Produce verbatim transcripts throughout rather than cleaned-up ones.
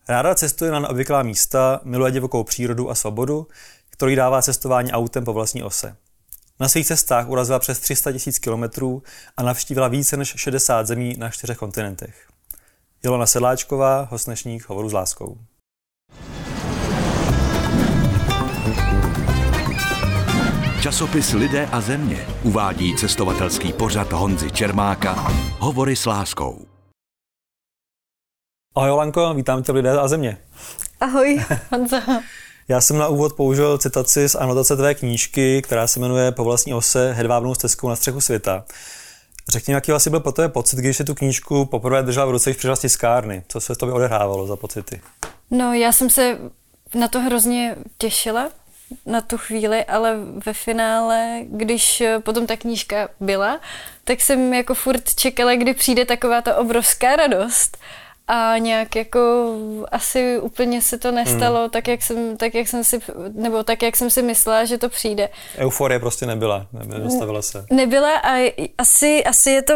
Ráda cestuje na neobvyklá místa, miluje divokou přírodu a svobodu, který dává cestování autem po vlastní ose. Na svých cestách urazila přes tři sta tisíc kilometrů a navštívila více než šedesát zemí na čtyřech kontinentech. Ilona Sedláčková, host dnešních Hovorů s láskou. Časopis Lidé a země uvádí cestovatelský pořad Honzy Čermáka Hovory s láskou. Ahoj Jolanko, vítám tě v Lidé a země. Ahoj Honzo. Já jsem na úvod použil citaci z anotace tvé knížky, která se jmenuje Po vlastní ose hedvábnou stezkou na střechu světa. Řekni, jaký asi byl po tebe pocit, když jsi tu knížku poprvé držela v ruce, když přišla z tiskárny? Co se v tobě odehrávalo za pocity? No, já jsem se na to hrozně těšila, na tu chvíli, ale ve finále, když potom ta knížka byla, tak jsem jako furt čekala, kdy přijde taková ta obrovská radost. A nějak jako asi úplně se to nestalo, hmm. tak, jak jsem, tak jak jsem si, nebo tak, jak jsem si myslela, že to přijde. Euforie prostě nebyla, nedostavila se. Nebyla a asi, asi je to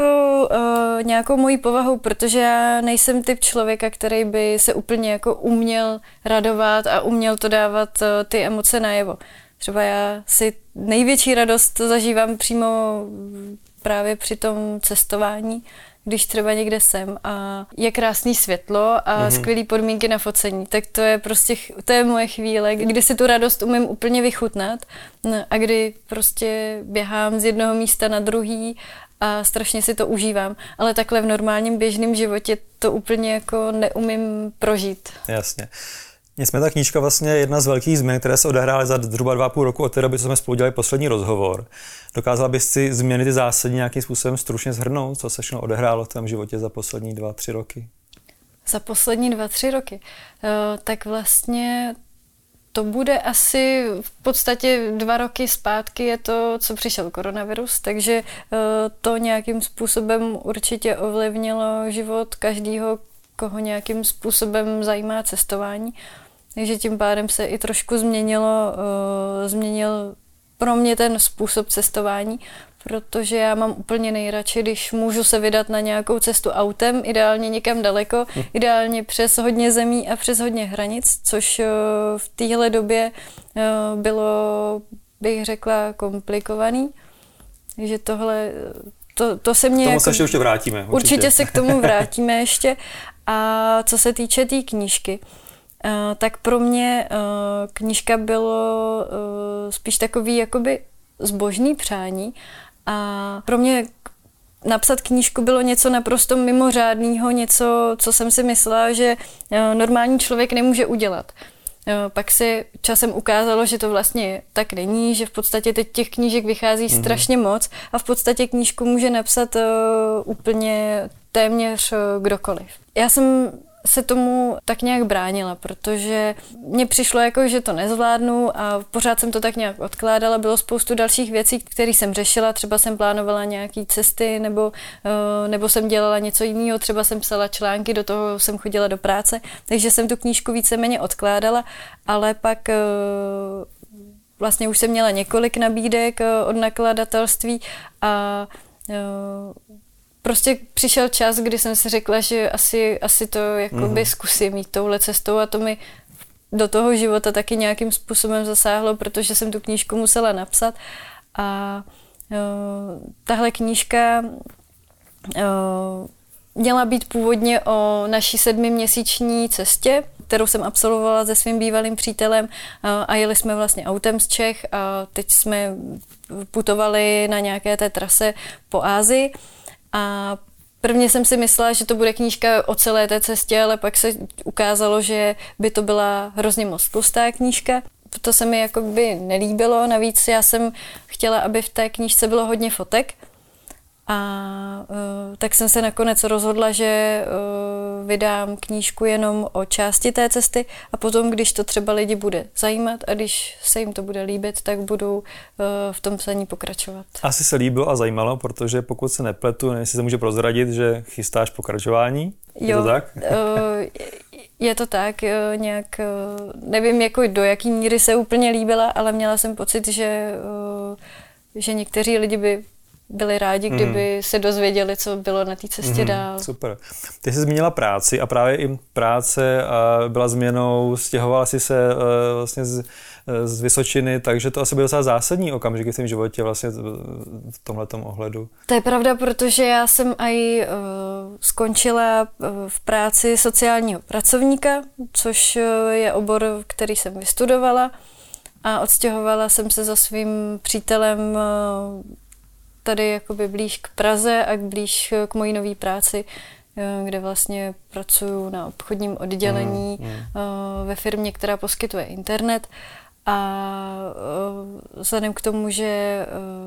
uh, nějakou mojí povahou, protože já nejsem typ člověka, který by se úplně jako uměl radovat a uměl to dávat uh, ty emoce najevo. Třeba já si největší radost zažívám přímo právě při tom cestování, když třeba někde jsem a je krásný světlo a mm-hmm. skvělý podmínky na focení, tak to je prostě, to je moje chvíle, kdy si tu radost umím úplně vychutnat a kdy prostě běhám z jednoho místa na druhý a strašně si to užívám, ale takhle v normálním běžném životě to úplně jako neumím prožít. Jasně. Nicméně ta knížka vlastně je jedna z velkých změn, které se odehrály za zhruba dva a půl roku od té doby, co jsme spolu dělali poslední rozhovor. Dokázala bys si změny ty zásadní nějakým způsobem stručně shrnout, co se všechno odehrálo v tvém životě za poslední dva, tři roky? Za poslední dva, tři roky? Uh, tak vlastně to bude asi v podstatě dva roky zpátky je to, co přišel koronavirus, takže uh, to nějakým způsobem určitě ovlivnilo život každého, koho nějakým způsobem zajímá cestování. Takže tím pádem se i trošku změnilo, uh, změnil pro mě ten způsob cestování, protože já mám úplně nejradši, když můžu se vydat na nějakou cestu autem, ideálně někam daleko, hm. ideálně přes hodně zemí a přes hodně hranic, což uh, v téhle době uh, bylo, bych řekla, komplikovaný. Takže tohle, to, to se mě... K tomu jako, se ještě vrátíme. Určitě. určitě se k tomu vrátíme ještě. A co se týče té tý knížky, uh, tak pro mě uh, knížka bylo uh, spíš takový jakoby zbožný přání a pro mě napsat knížku bylo něco naprosto mimořádného, něco, co jsem si myslela, že uh, normální člověk nemůže udělat. Uh, pak se časem ukázalo, že to vlastně tak není, že v podstatě teď těch knížek vychází mm-hmm. strašně moc a v podstatě knížku může napsat uh, úplně téměř uh, kdokoliv. Já jsem se tomu tak nějak bránila, protože mně přišlo jako, že to nezvládnu a pořád jsem to tak nějak odkládala. Bylo spoustu dalších věcí, které jsem řešila, třeba jsem plánovala nějaký cesty nebo, nebo jsem dělala něco jiného, třeba jsem psala články, do toho jsem chodila do práce, takže jsem tu knížku víceméně odkládala, ale pak vlastně už jsem měla několik nabídek od nakladatelství a prostě přišel čas, kdy jsem si řekla, že asi, asi to jakoby mm-hmm. zkusím jít touhle cestou a to mi do toho života taky nějakým způsobem zasáhlo, protože jsem tu knížku musela napsat a uh, tahle knížka uh, měla být původně o naší sedmiměsíční cestě, kterou jsem absolvovala se svým bývalým přítelem a, a jeli jsme vlastně autem z Čech a teď jsme putovali na nějaké té trase po Asii. A prvně jsem si myslela, že to bude knížka o celé té cestě, ale pak se ukázalo, že by to byla hrozně moc tlustá knížka. To se mi jakoby nelíbilo, navíc já jsem chtěla, aby v té knížce bylo hodně fotek. A uh, tak jsem se nakonec rozhodla, že uh, vydám knížku jenom o části té cesty a potom, když to třeba lidi bude zajímat a když se jim to bude líbit, tak budu uh, v tom psaní pokračovat. Asi se líbilo a zajímalo, protože pokud se nepletu, nevím, jestli se může prozradit, že chystáš pokračování. Je jo, to tak? uh, je to tak, uh, nějak, uh, nevím, jako do jaký míry se úplně líbila, ale měla jsem pocit, že, uh, že někteří lidi by byli rádi, kdyby mm. se dozvěděli, co bylo na té cestě mm, dál. Super. Ty jsi zmínila práci a právě i práce byla změnou, stěhovala jsi se vlastně z, z Vysočiny, takže to asi byl docela zásadní okamžik v tvém životě vlastně v tomhletom ohledu. To je pravda, protože já jsem aj uh, skončila v práci sociálního pracovníka, což je obor, který jsem vystudovala, a odstěhovala jsem se za svým přítelem uh, tady jakoby blíž k Praze a blíž k mojí nový práci, kde vlastně pracuji na obchodním oddělení mm, mm. ve firmě, která poskytuje internet. A vzhledem k tomu, že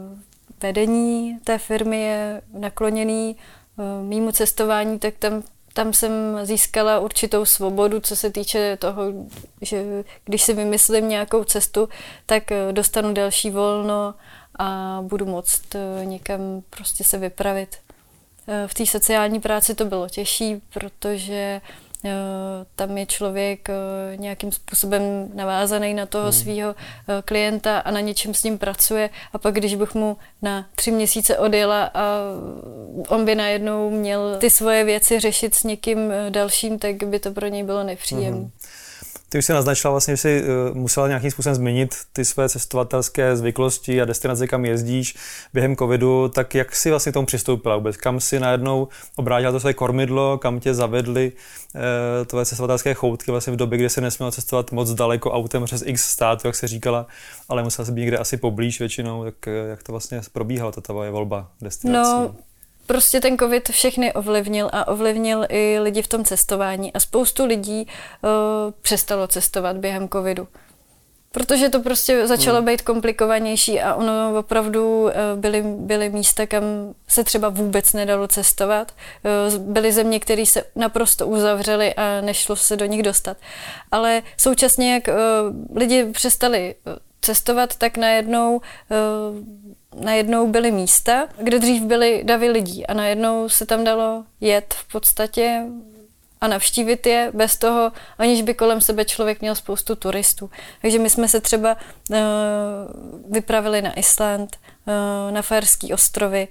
vedení té firmy je nakloněný mýmu cestování, tak tam, tam jsem získala určitou svobodu, co se týče toho, že když si vymyslím nějakou cestu, tak dostanu další volno a budu moct někam prostě se vypravit. V té sociální práci to bylo těžší, protože tam je člověk nějakým způsobem navázaný na toho hmm. svého klienta a na něčem s ním pracuje, a pak když bych mu na tři měsíce odjela a on by najednou měl ty svoje věci řešit s někým dalším, tak by to pro něj bylo nepříjemné. Hmm. Ty už jsi naznačila vlastně, že jsi musela nějakým způsobem změnit ty své cestovatelské zvyklosti a destinace, kam jezdíš během covidu, tak jak jsi vlastně tomu přistoupila vůbec? Kam jsi najednou obrátila to své kormidlo, kam tě zavedly e, tvoje cestovatelské choutky vlastně v době, kdy se nesmělo cestovat moc daleko autem přes x států, jak se říkala, ale musela jsi být někde asi poblíž většinou, tak jak to vlastně probíhala ta tvoje volba destinací? No. Prostě ten covid všechny ovlivnil a ovlivnil i lidi v tom cestování a spoustu lidí uh, přestalo cestovat během covidu. Protože to prostě začalo být komplikovanější a ono opravdu uh, byly, byly místa, kam se třeba vůbec nedalo cestovat. Uh, byly země, které se naprosto uzavřely a nešlo se do nich dostat. Ale současně, jak uh, lidi přestali cestovat, tak najednou uh, najednou byly místa, kde dřív byly davy lidí a najednou se tam dalo jet v podstatě a navštívit je bez toho, aniž by kolem sebe člověk měl spoustu turistů. Takže my jsme se třeba uh, vypravili na Island, uh, na Faerské ostrovy,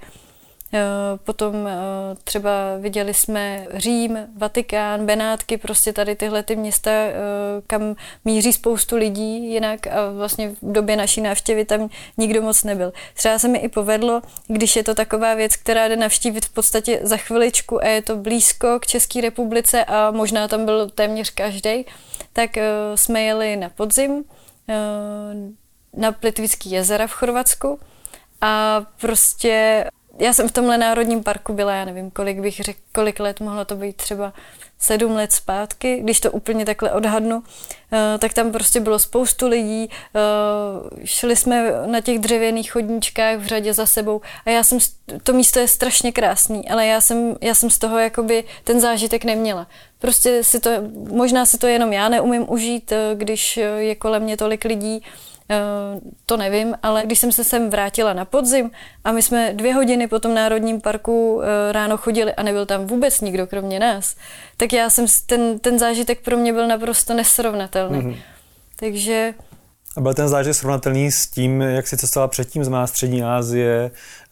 potom třeba viděli jsme Řím, Vatikán, Benátky, prostě tady tyhle ty města, kam míří spoustu lidí jinak a vlastně v době naší návštěvy tam nikdo moc nebyl. Třeba se mi i povedlo, když je to taková věc, která jde navštívit v podstatě za chviličku a je to blízko k České republice a možná tam byl téměř každý, tak jsme jeli na podzim na Plitvický jezera v Chorvatsku a prostě já jsem v tomhle národním parku byla, já nevím, kolik bych řekl, kolik let, mohlo to být třeba sedm let zpátky, když to úplně takhle odhadnu, tak tam prostě bylo spoustu lidí, šli jsme na těch dřevěných chodníčkách v řadě za sebou a já jsem, to místo je strašně krásný, ale já jsem, já jsem z toho jakoby ten zážitek neměla. Prostě si to, možná si to jenom já neumím užít, když je kolem mě tolik lidí, to nevím, ale když jsem se sem vrátila na podzim a my jsme dvě hodiny po tom národním parku ráno chodili a nebyl tam vůbec nikdo kromě nás, tak já jsem, ten, ten zážitek pro mě byl naprosto nesrovnatelný. Mm-hmm. Takže... A byl ten zážitek srovnatelný s tím, jak jsi cestovala předtím, znamená Střední Asie,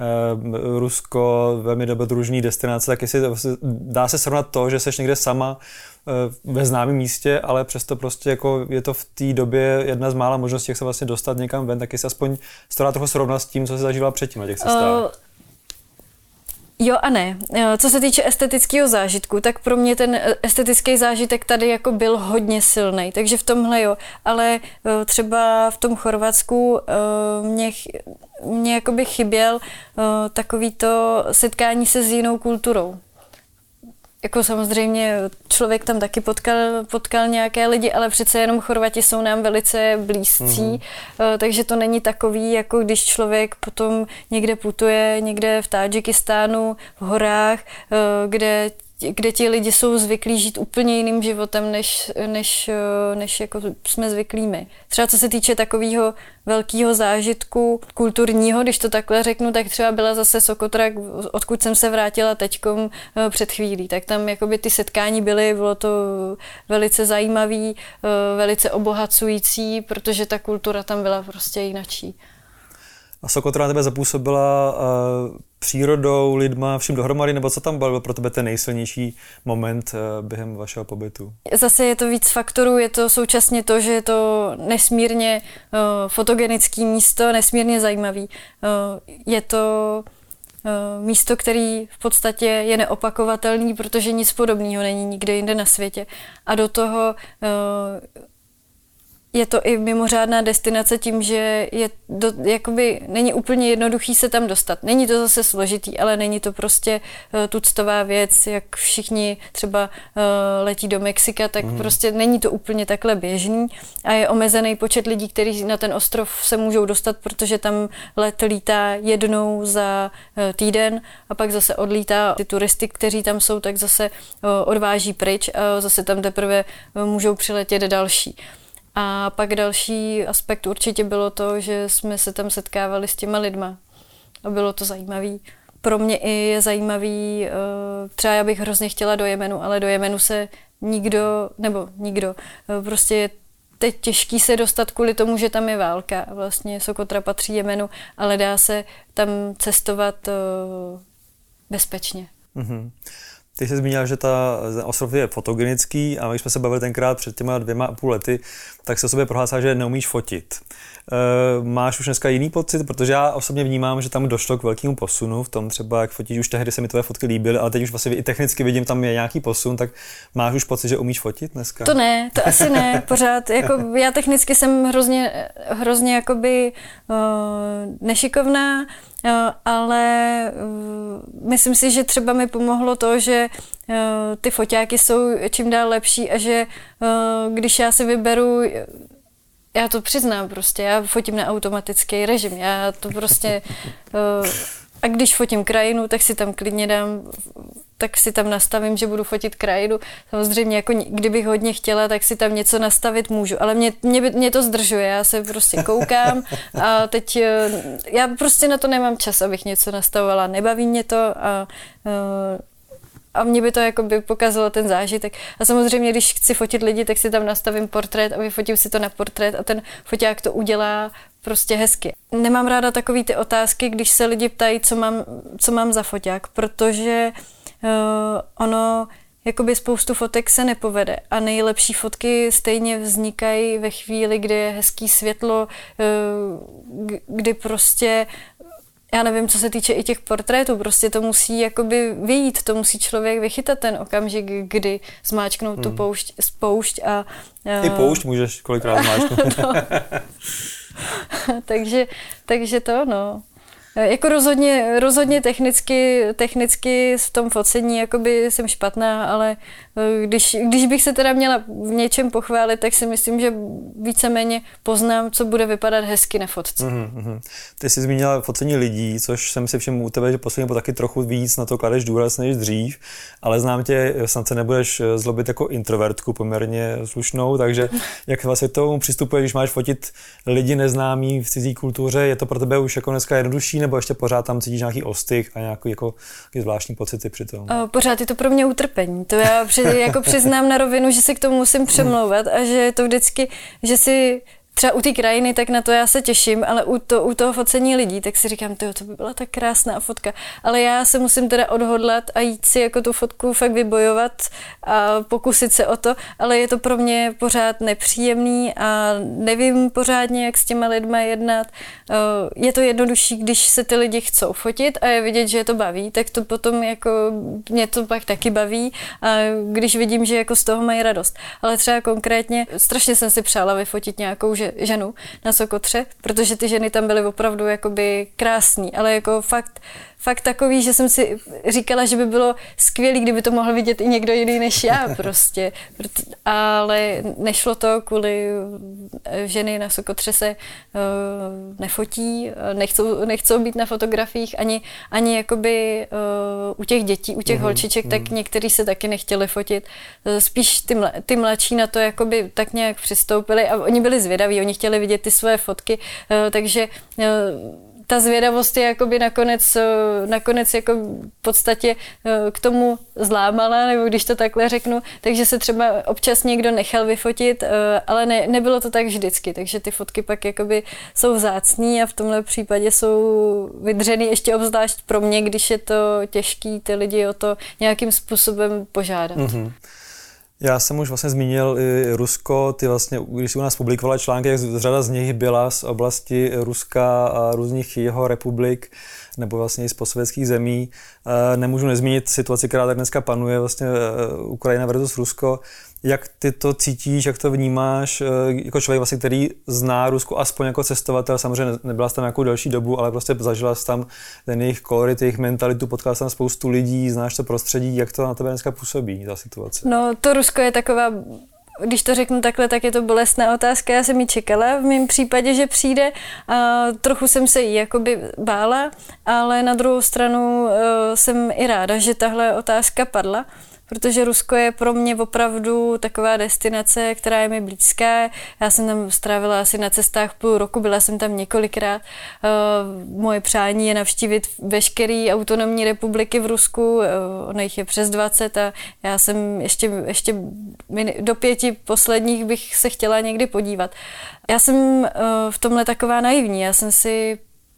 Rusko, velmi dobrodružný destinace, tak jestli dá se srovnat to, že seš někde sama ve známém místě, ale přesto prostě jako je to v té době jedna z mála možností, jak se vlastně dostat někam ven, tak jestli aspoň to dá trochu srovnat s tím, co jsi zažívala předtím na těch cestách. Uh... Jo a ne. Co se týče estetického zážitku, tak pro mě ten estetický zážitek tady jako byl hodně silný, takže v tomhle jo. Ale třeba v tom Chorvatsku mě, mě jakoby chyběl takový to setkání se s jinou kulturou. Jako samozřejmě člověk tam taky potkal, potkal nějaké lidi, ale přece jenom Chorvati jsou nám velice blízcí, mm-hmm. takže to není takový, jako když člověk potom někde putuje, někde v Tádžikistánu, v horách, kde, kde ti lidi jsou zvyklí žít úplně jiným životem, než, než, než jako jsme zvyklí my. Třeba co se týče takového velkého zážitku kulturního, když to takhle řeknu, tak třeba byla zase Sokotrak, odkud jsem se vrátila teďkom před chvílí. Tak tam jakoby ty setkání byly, bylo to velice zajímavý, velice obohacující, protože ta kultura tam byla prostě jinačí. A Sokotra na tebe zapůsobila uh, přírodou, lidma, vším dohromady, nebo co tam byl pro tebe ten nejsilnější moment uh, během vašeho pobytu? Zase je to víc faktorů, je to současně to, že je to nesmírně uh, fotogenické místo, nesmírně zajímavý. Uh, je to uh, místo, který v podstatě je neopakovatelný, protože nic podobného není nikde jinde na světě. A do toho uh, je to i mimořádná destinace tím, že je do, jakoby není úplně jednoduchý se tam dostat. Není to zase složitý, ale není to prostě uh, tuctová věc, jak všichni třeba uh, letí do Mexika, tak mm. prostě není to úplně takhle běžný a je omezený počet lidí, kteří na ten ostrov se můžou dostat, protože tam let lítá jednou za uh, týden a pak zase odlítá. Ty turisty, kteří tam jsou, tak zase uh, odváží pryč a zase tam teprve uh, můžou přiletět další. A pak další aspekt určitě bylo to, že jsme se tam setkávali s těma lidma a bylo to zajímavý. Pro mě i je zajímavý, třeba já bych hrozně chtěla do Jemenu, ale do Jemenu se nikdo, nebo nikdo, prostě je teď těžký se dostat kvůli tomu, že tam je válka. Vlastně Sokotra patří Jemenu, ale dá se tam cestovat bezpečně. Mm-hmm. Ty jsi zmínila, že ta ostrov je fotogenický a když jsme se bavili tenkrát před těma dvěma a půl lety, tak se o sobě prohlásila, že neumíš fotit. E, máš už dneska jiný pocit? Protože já osobně vnímám, že tam došlo k velkému posunu v tom třeba, jak fotíš, už tehdy se mi tvoje fotky líbily, ale teď už vlastně i technicky vidím, tam je nějaký posun, tak máš už pocit, že umíš fotit dneska? To ne, to asi ne, pořád. Jako, já technicky jsem hrozně, hrozně jakoby uh, nešikovná, uh, ale uh, myslím si, že třeba mi pomohlo to, že uh, ty foťáky jsou čím dál lepší a že uh, když já si vyberu, já to přiznám prostě, já fotím na automatický režim, já to prostě, uh, a když fotím krajinu, tak si tam klidně dám, tak si tam nastavím, že budu fotit krajinu. Samozřejmě, jako kdybych hodně chtěla, tak si tam něco nastavit můžu, ale mě, mě, mě to zdržuje, já se prostě koukám a teď já prostě na to nemám čas, abych něco nastavovala, nebaví mě to a a mě by to jakoby pokazalo ten zážitek. A samozřejmě, když chci fotit lidi, tak si tam nastavím portrét a vyfotím si to na portrét a ten foťák to udělá prostě hezky. Nemám ráda takový ty otázky, když se lidi ptají, co mám, co mám za foťák, protože uh, ono, jakoby spoustu fotek se nepovede a nejlepší fotky stejně vznikají ve chvíli, kdy je hezký světlo, uh, kdy prostě já nevím, co se týče i těch portrétů, prostě to musí jakoby vyjít, to musí člověk vychytat ten okamžik, kdy zmáčknout hmm. tu poušť, spoušť a... I poušť můžeš kolikrát zmáčknout. no. takže, takže to, no. Jako rozhodně, rozhodně technicky, technicky v tom focení jakoby jsem špatná, ale když, když bych se teda měla v něčem pochválit, tak si myslím, že víceméně poznám, co bude vypadat hezky na fotce. Mm-hmm. Ty jsi zmínila focení lidí, což jsem si všiml u tebe, že posledně po taky trochu víc na to kladeš důraz než dřív, ale znám tě, snad se nebudeš zlobit jako introvertku poměrně slušnou, takže jak vlastně k tomu přistupuješ, když máš fotit lidi neznámí v cizí kultuře, je to pro tebe už jako dneska jednodušší, nebo ještě pořád tam cítíš nějaký ostych a nějaký jako zvláštní pocity při tom? Pořád je to pro mě utrpení. To já při, jako přiznám na rovinu, že se k tomu musím přemlouvat a že je to vždycky, že si třeba u té krajiny, tak na to já se těším, ale u, to, u toho focení lidí, tak si říkám, tyjo, to by byla tak krásná fotka. Ale já se musím teda odhodlat a jít si jako tu fotku fakt vybojovat a pokusit se o to, ale je to pro mě pořád nepříjemný a nevím pořádně, jak s těma lidma jednat. Je to jednodušší, když se ty lidi chcou fotit a je vidět, že je to baví, tak to potom jako mě to pak taky baví a když vidím, že jako z toho mají radost. Ale třeba konkrétně strašně jsem si přála vyfotit nějakou ženu na Sokotře, protože ty ženy tam byly opravdu jakoby krásný, ale jako fakt, fakt takový, že jsem si říkala, že by bylo skvělý, kdyby to mohl vidět i někdo jiný než já prostě. Ale nešlo to, kvůli ženy na Sokotře se uh, nefotí, nechcou, nechcou být na fotografiích, ani, ani jakoby uh, u těch dětí, u těch mm, holčiček, mm. tak někteří se taky nechtěli fotit. Spíš ty, mla, ty mladší na to jakoby tak nějak přistoupili a oni byli zvědaví, oni chtěli vidět ty své fotky, uh, takže uh, ta zvědavost je jakoby nakonec, nakonec jako v podstatě k tomu zlámala, nebo když to takhle řeknu, takže se třeba občas někdo nechal vyfotit, ale ne, nebylo to tak vždycky, takže ty fotky pak jakoby jsou vzácný a v tomhle případě jsou vydřený ještě obzvlášť pro mě, když je to těžký ty lidi o to nějakým způsobem požádat. Mm-hmm. Já jsem už vlastně zmínil i Rusko, ty vlastně, když jsi u nás publikovala články, jak řada z nich byla z oblasti Ruska a různých jeho republik, nebo vlastně i z postsovětských zemí. Nemůžu nezmínit situaci, která tady dneska panuje, vlastně Ukrajina versus Rusko. Jak ty to cítíš, jak to vnímáš jako člověk, vlastně, který zná Rusko aspoň jako cestovatel, samozřejmě nebyla jsi tam nějakou delší dobu, ale prostě zažila jsi tam ten jejich kolorit, jejich mentalitu, potkala jsi tam spoustu lidí, znáš to prostředí, jak to na tebe dneska působí, ta situace? No to Rusko je taková, když to řeknu takhle, tak je to bolestná otázka, já jsem ji čekala v mém případě, že přijde a trochu jsem se jí jakoby bála, ale na druhou stranu uh, jsem i ráda, že tahle otázka padla, protože Rusko je pro mě opravdu taková destinace, která je mi blízká. Já jsem tam strávila asi na cestách půl roku, byla jsem tam několikrát. Moje přání je navštívit veškeré autonomní republiky v Rusku, ono jich je přes dvacet a já jsem ještě, ještě do pěti posledních bych se chtěla někdy podívat. Já jsem v tomhle taková naivní, já jsem si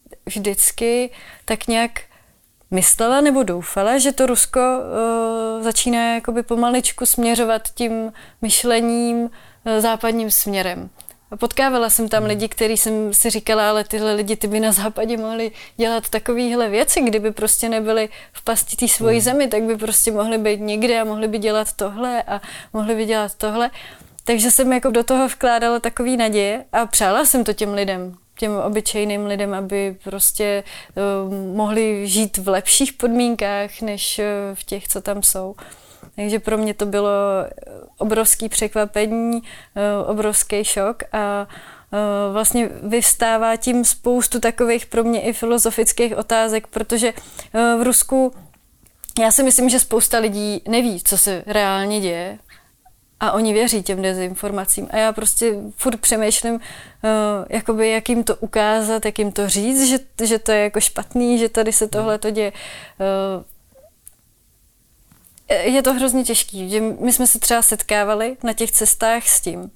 vždycky tak nějak myslela nebo doufala, že to Rusko uh, začíná jakoby pomaličku směřovat tím myšlením uh, západním směrem. A potkávala jsem tam lidi, který jsem si říkala, ale tyhle lidi, ty by na západě mohli dělat takovéhle věci, kdyby prostě nebyli v pasti té svojí zemi, tak by prostě mohli být někde a mohli by dělat tohle a mohli by dělat tohle. Takže jsem jako do toho vkládala takový naděje a přála jsem to těm lidem. těm obyčejným lidem, aby prostě uh, mohli žít v lepších podmínkách, než uh, v těch, co tam jsou. Takže pro mě to bylo obrovský překvapení, uh, obrovský šok a uh, vlastně vyvstává tím spoustu takových pro mě i filozofických otázek, protože uh, v Rusku já si myslím, že spousta lidí neví, co se reálně děje. A oni věří těm dezinformacím. A já prostě furt přemýšlím, uh, jakoby, jak jim to ukázat, jak jim to říct, že, že to je jako špatný, že tady se tohle to děje. Uh, je to hrozně těžký, že my jsme se třeba setkávali na těch cestách s tím, uh,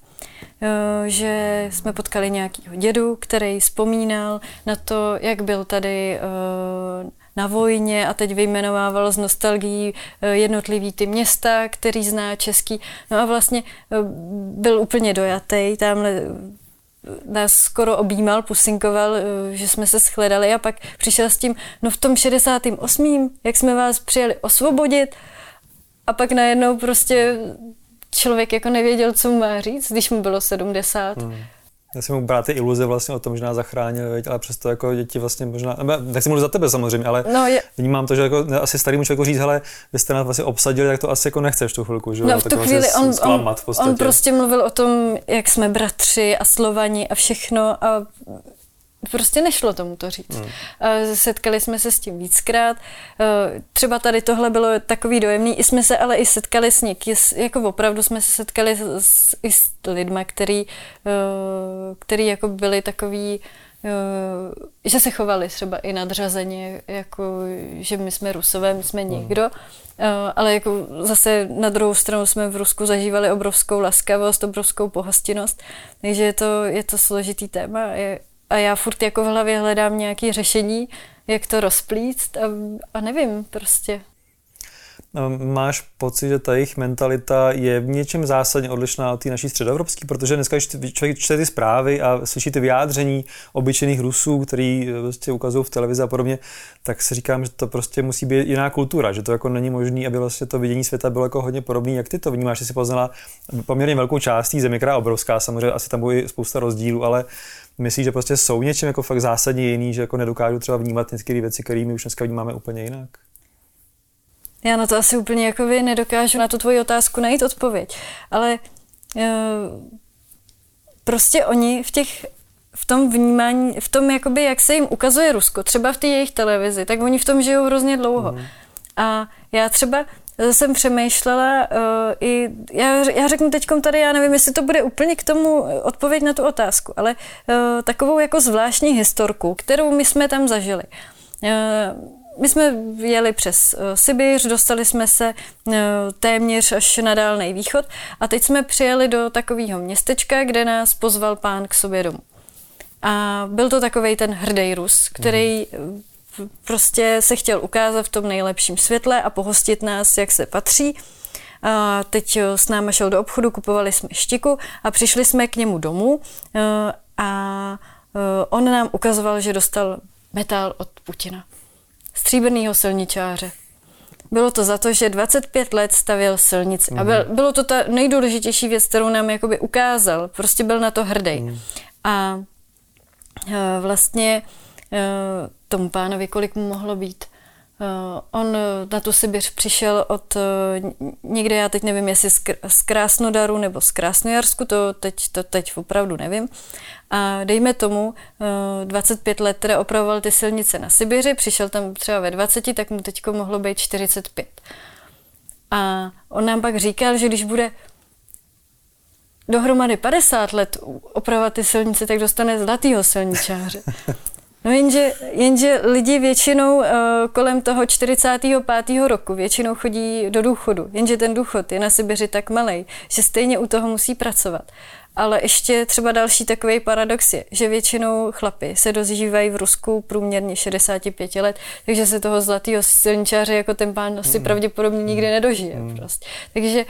že jsme potkali nějakýho dědu, který vzpomínal na to, jak byl tady uh, na vojně a teď vyjmenovával z nostalgií jednotlivý ty města, který zná český. No a vlastně byl úplně dojatý, tamhle nás skoro objímal, pusinkoval, že jsme se shledali a pak přišel s tím, no v tom šedesátém osmém jak jsme vás přijeli osvobodit a pak najednou prostě člověk jako nevěděl, co mu má říct, když mu bylo sedmdesát. Hmm. Já si mohu brát ty iluze vlastně o tom, že nás zachránili, ale přesto jako děti vlastně možná, tak si mluvím za tebe samozřejmě, ale no je... vnímám to, že jako asi starýmu člověku říct, hele, vy jste nás vlastně obsadili, tak to asi jako nechceš tu chvilku, že? No v tu tak chvíli vlastně on, zklamat, on, on prostě mluvil o tom, jak jsme bratři a Slovani a všechno a prostě nešlo tomu to říct. Hmm. Setkali jsme se s tím víckrát. Třeba tady tohle bylo takový dojemný. I jsme se ale i setkali s někým, jako opravdu jsme se setkali s, i s lidma, který, který jako byli takový, že se chovali třeba i nadřazeně, jako že my jsme Rusové, my jsme někdo. Hmm. Ale jako zase na druhou stranu jsme v Rusku zažívali obrovskou laskavost, obrovskou pohostinnost. Takže je to, je to složitý téma. Je, A já furt jako v hlavě hledám nějaké řešení, jak to rozplíct a, a nevím prostě. Máš pocit, že ta jejich mentalita je v něčem zásadně odlišná od té naší středoevropské? Protože dneska, když člověk čte ty zprávy a slyší ty vyjádření obyčejných Rusů, který prostě ukazují v televizi a podobně, tak si říkám, že to prostě musí být jiná kultura, že to jako není možné, aby vlastně to vidění světa bylo jako hodně podobné. Jak ty to vnímáš? Že jsi poznala poměrně velkou část té země, která je obrovská, samozřejmě asi tam bude spousta rozdílů, ale myslíš, že prostě jsou něčím jako fakt zásadně jiný, že jako nedokážu třeba vnímat některé věci, které my už dneska vnímáme úplně jinak? Já na to asi úplně jako vy nedokážu na tu tvoji otázku najít odpověď, ale uh, prostě oni v těch v tom vnímání, v tom jakoby, jak se jim ukazuje Rusko, třeba v té jejich televizi, tak oni v tom žijou hrozně dlouho. Mm. A já třeba jsem přemýšlela uh, i, já, já řeknu teďkom tady, já nevím, jestli to bude úplně k tomu odpověď na tu otázku, ale uh, takovou jako zvláštní historku, kterou my jsme tam zažili. Uh, My jsme jeli přes uh, Sibiř, dostali jsme se uh, téměř až na Dálný východ a teď jsme přijeli do takového městečka, kde nás pozval pán k sobě domů. A byl to takovej ten hrdý Rus, který mm. prostě se chtěl ukázat v tom nejlepším světle a pohostit nás, jak se patří. A teď uh, s náma šel do obchodu, kupovali jsme štiku a přišli jsme k němu domů uh, a uh, on nám ukazoval, že dostal metal od Putina. Stříbrnýho silničáře. Bylo to za to, že dvacet pět let stavěl silnici. Mm. A byl, bylo to ta nejdůležitější věc, kterou nám jakoby ukázal. Prostě byl na to hrdý. Mm. A e, vlastně e, tomu pánovi, kolik mu mohlo být. E, on na tu Sibiř přišel od e, někde, já teď nevím, jestli z, z Krásnodaru nebo z Krásnojarsku, to teď, to teď opravdu nevím. A dejme tomu, dvacet pět let teda opravoval ty silnice na Sibiři, přišel tam třeba ve dvaceti, tak mu teďko mohlo být čtyřicet pět. A on nám pak říkal, že když bude dohromady padesát let opravovat ty silnice, tak dostane zlatýho silničáře. No jenže, jenže lidi většinou uh, kolem toho čtyřicátého pátého roku většinou chodí do důchodu, jenže ten důchod je na Sibiři tak malej, že stejně u toho musí pracovat. Ale ještě třeba další takový paradox je, že většinou chlapi se dožívají v Rusku průměrně šedesát pět let, takže se toho zlatýho silničáře jako ten pán asi mm. pravděpodobně nikdy nedožije. Mm. Prostě. Takže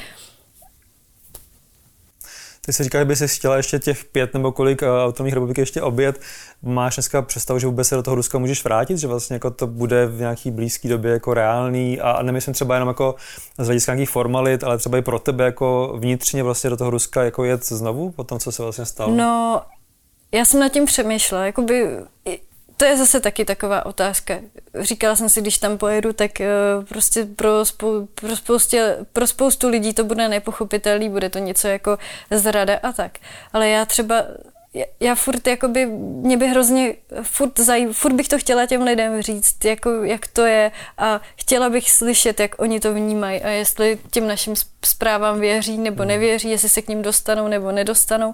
ty jsi říkal, že by si chtěla ještě těch pět nebo kolik autonomních republik ještě objet. Máš dneska představu, že vůbec se do toho Ruska můžeš vrátit, že vlastně jako to bude v nějaký blízké době jako reálný a nemyslím třeba jenom jako z hlediska nějakých formalit, ale třeba i pro tebe jako vnitřně vlastně do toho Ruska jako jet znovu po tom, co se vlastně stalo? No, já jsem nad tím přemýšlela, jakoby to je zase taky taková otázka. Říkala jsem si, když tam pojedu, tak uh, prostě pro, spou, pro, spoustě, pro spoustu lidí to bude nepochopitelný, bude to něco jako zrada a tak. Ale já třeba, já, já furt jakoby, mě by hrozně, furt, zaj, furt bych to chtěla těm lidem říct, jako, jak to je a chtěla bych slyšet, jak oni to vnímají a jestli těm našim zprávám věří nebo nevěří, jestli se k ním dostanou nebo nedostanou.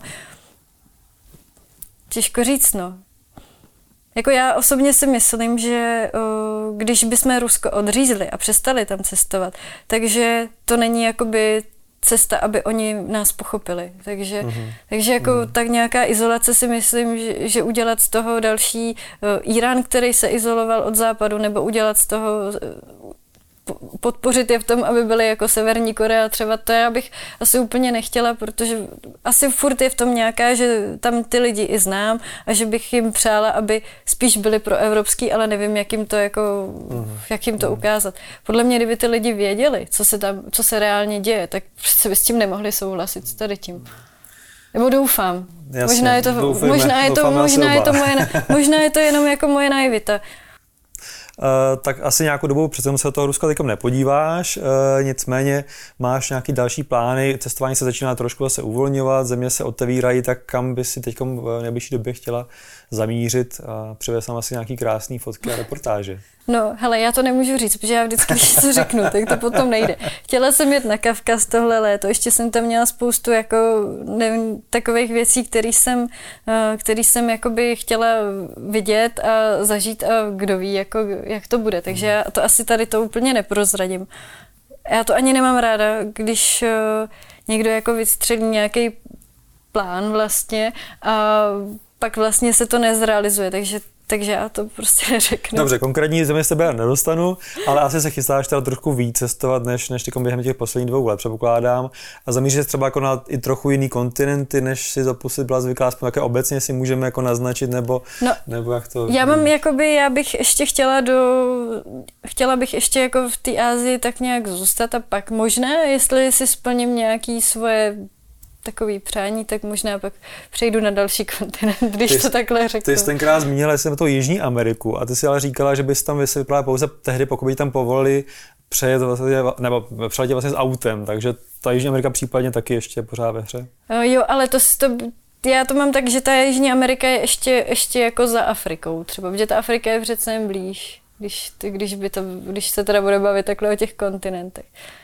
Těžko říct, no. Jako já osobně si myslím, že uh, když bychom Rusko odřízli a přestali tam cestovat, takže to není jakoby cesta, aby oni nás pochopili. Takže, uh-huh. takže jako uh-huh. tak nějaká izolace si myslím, že, že udělat z toho další uh, Irán, který se izoloval od západu, nebo udělat z toho uh, podpořit je v tom, aby byly jako Severní Korea třeba, to já bych asi úplně nechtěla, protože asi furt je v tom nějaká, že tam ty lidi i znám a že bych jim přála, aby spíš byli proevropský, ale nevím, jak jim to jako, mm. jak jim to ukázat. Podle mě, kdyby ty lidi věděli, co se tam, co se reálně děje, tak prostě by s tím nemohli souhlasit s tady tím. Nebo doufám. Jasně, možná je to, doufejme, možná je to, možná je to moje, možná je to jenom jako moje naivita. Uh, tak asi nějakou dobu přece se do toho Ruska teďkom nepodíváš, uh, nicméně máš nějaký další plány, cestování se začíná trošku zase uvolňovat, země se otevírají, tak kam by si teďkom v nejbližší době chtěla zamířit a přivést tam asi nějaký krásný fotky a reportáže? No, hele, já to nemůžu říct, protože já vždycky, když to řeknu, tak to potom nejde. Chtěla jsem jet na Kavkaz tohle léto, ještě jsem tam měla spoustu jako, nevím, takových věcí, který jsem, který jsem jakoby chtěla vidět a zažít a kdo ví, jako, jak to bude. Takže já to asi tady to úplně neprozradím. Já to ani nemám ráda, když někdo jako vystřelí nějaký plán vlastně a pak vlastně se to nezrealizuje, takže Takže já to prostě neřeknu. Dobře, konkrétní země z tebe nedostanu, ale asi se chystáš teda trošku víc cestovat, než, než tykom během těch posledních dvou let, předpokládám. A zamíříš třeba jako na i trochu jiný kontinenty, než si doposud byla zvyklá, aspoň také obecně si můžeme jako naznačit, nebo, no, nebo jak to... Já mám jakoby, já bych ještě chtěla do... Chtěla bych ještě jako v té Asii tak nějak zůstat a pak možná, jestli si splním nějaký svoje takový přání, tak možná pak přejdu na další kontinent, když ty, to takhle řeknu. Ty jsi tenkrát zmínila, jsem to Jižní Ameriku a ty si ale říkala, že bys tam vypadala pouze tehdy, pokud by tam povolili přejet vlastně, nebo přejet vlastně s autem, takže ta Jižní Amerika případně taky ještě pořád ve hře. Jo, ale to, to já to mám tak, že ta Jižní Amerika je ještě, ještě jako za Afrikou třeba, protože ta Afrika je přece jen blíž, když, když, by to, když se teda bude bavit takhle o těch kontinentech.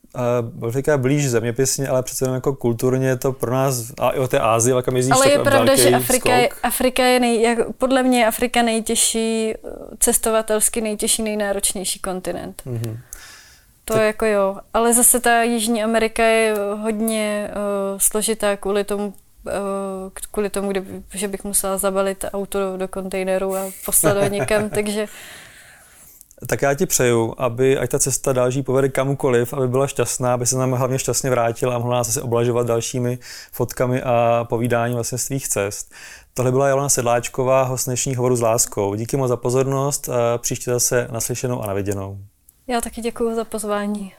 Afrika je blíž zeměpisně, ale přece jenom jako kulturně je to pro nás, a i o té Asii, ale kam jezdíš, ale tak je pravda, že skok. Afrika je, Afrika je nej, jak, podle mě je Afrika nejtěžší, cestovatelsky nejtěžší, nejnáročnější kontinent. Mm-hmm. To tak... jako jo, ale zase ta Jižní Amerika je hodně uh, složitá kvůli tomu, uh, kvůli tomu, kdy, že bych musela zabalit auto do, do kontejneru a poslat ho někam, takže... Tak já ti přeju, aby ať ta cesta další povede kamukoliv, aby byla šťastná, aby se nám hlavně šťastně vrátila a mohla nás asi oblažovat dalšími fotkami a povídáním vlastně svých cest. Tohle byla Jalona Sedláčková, host dnešních Hovorů s láskou. Díky moc za pozornost, příště zase naslyšenou a naviděnou. Já taky děkuju za pozvání.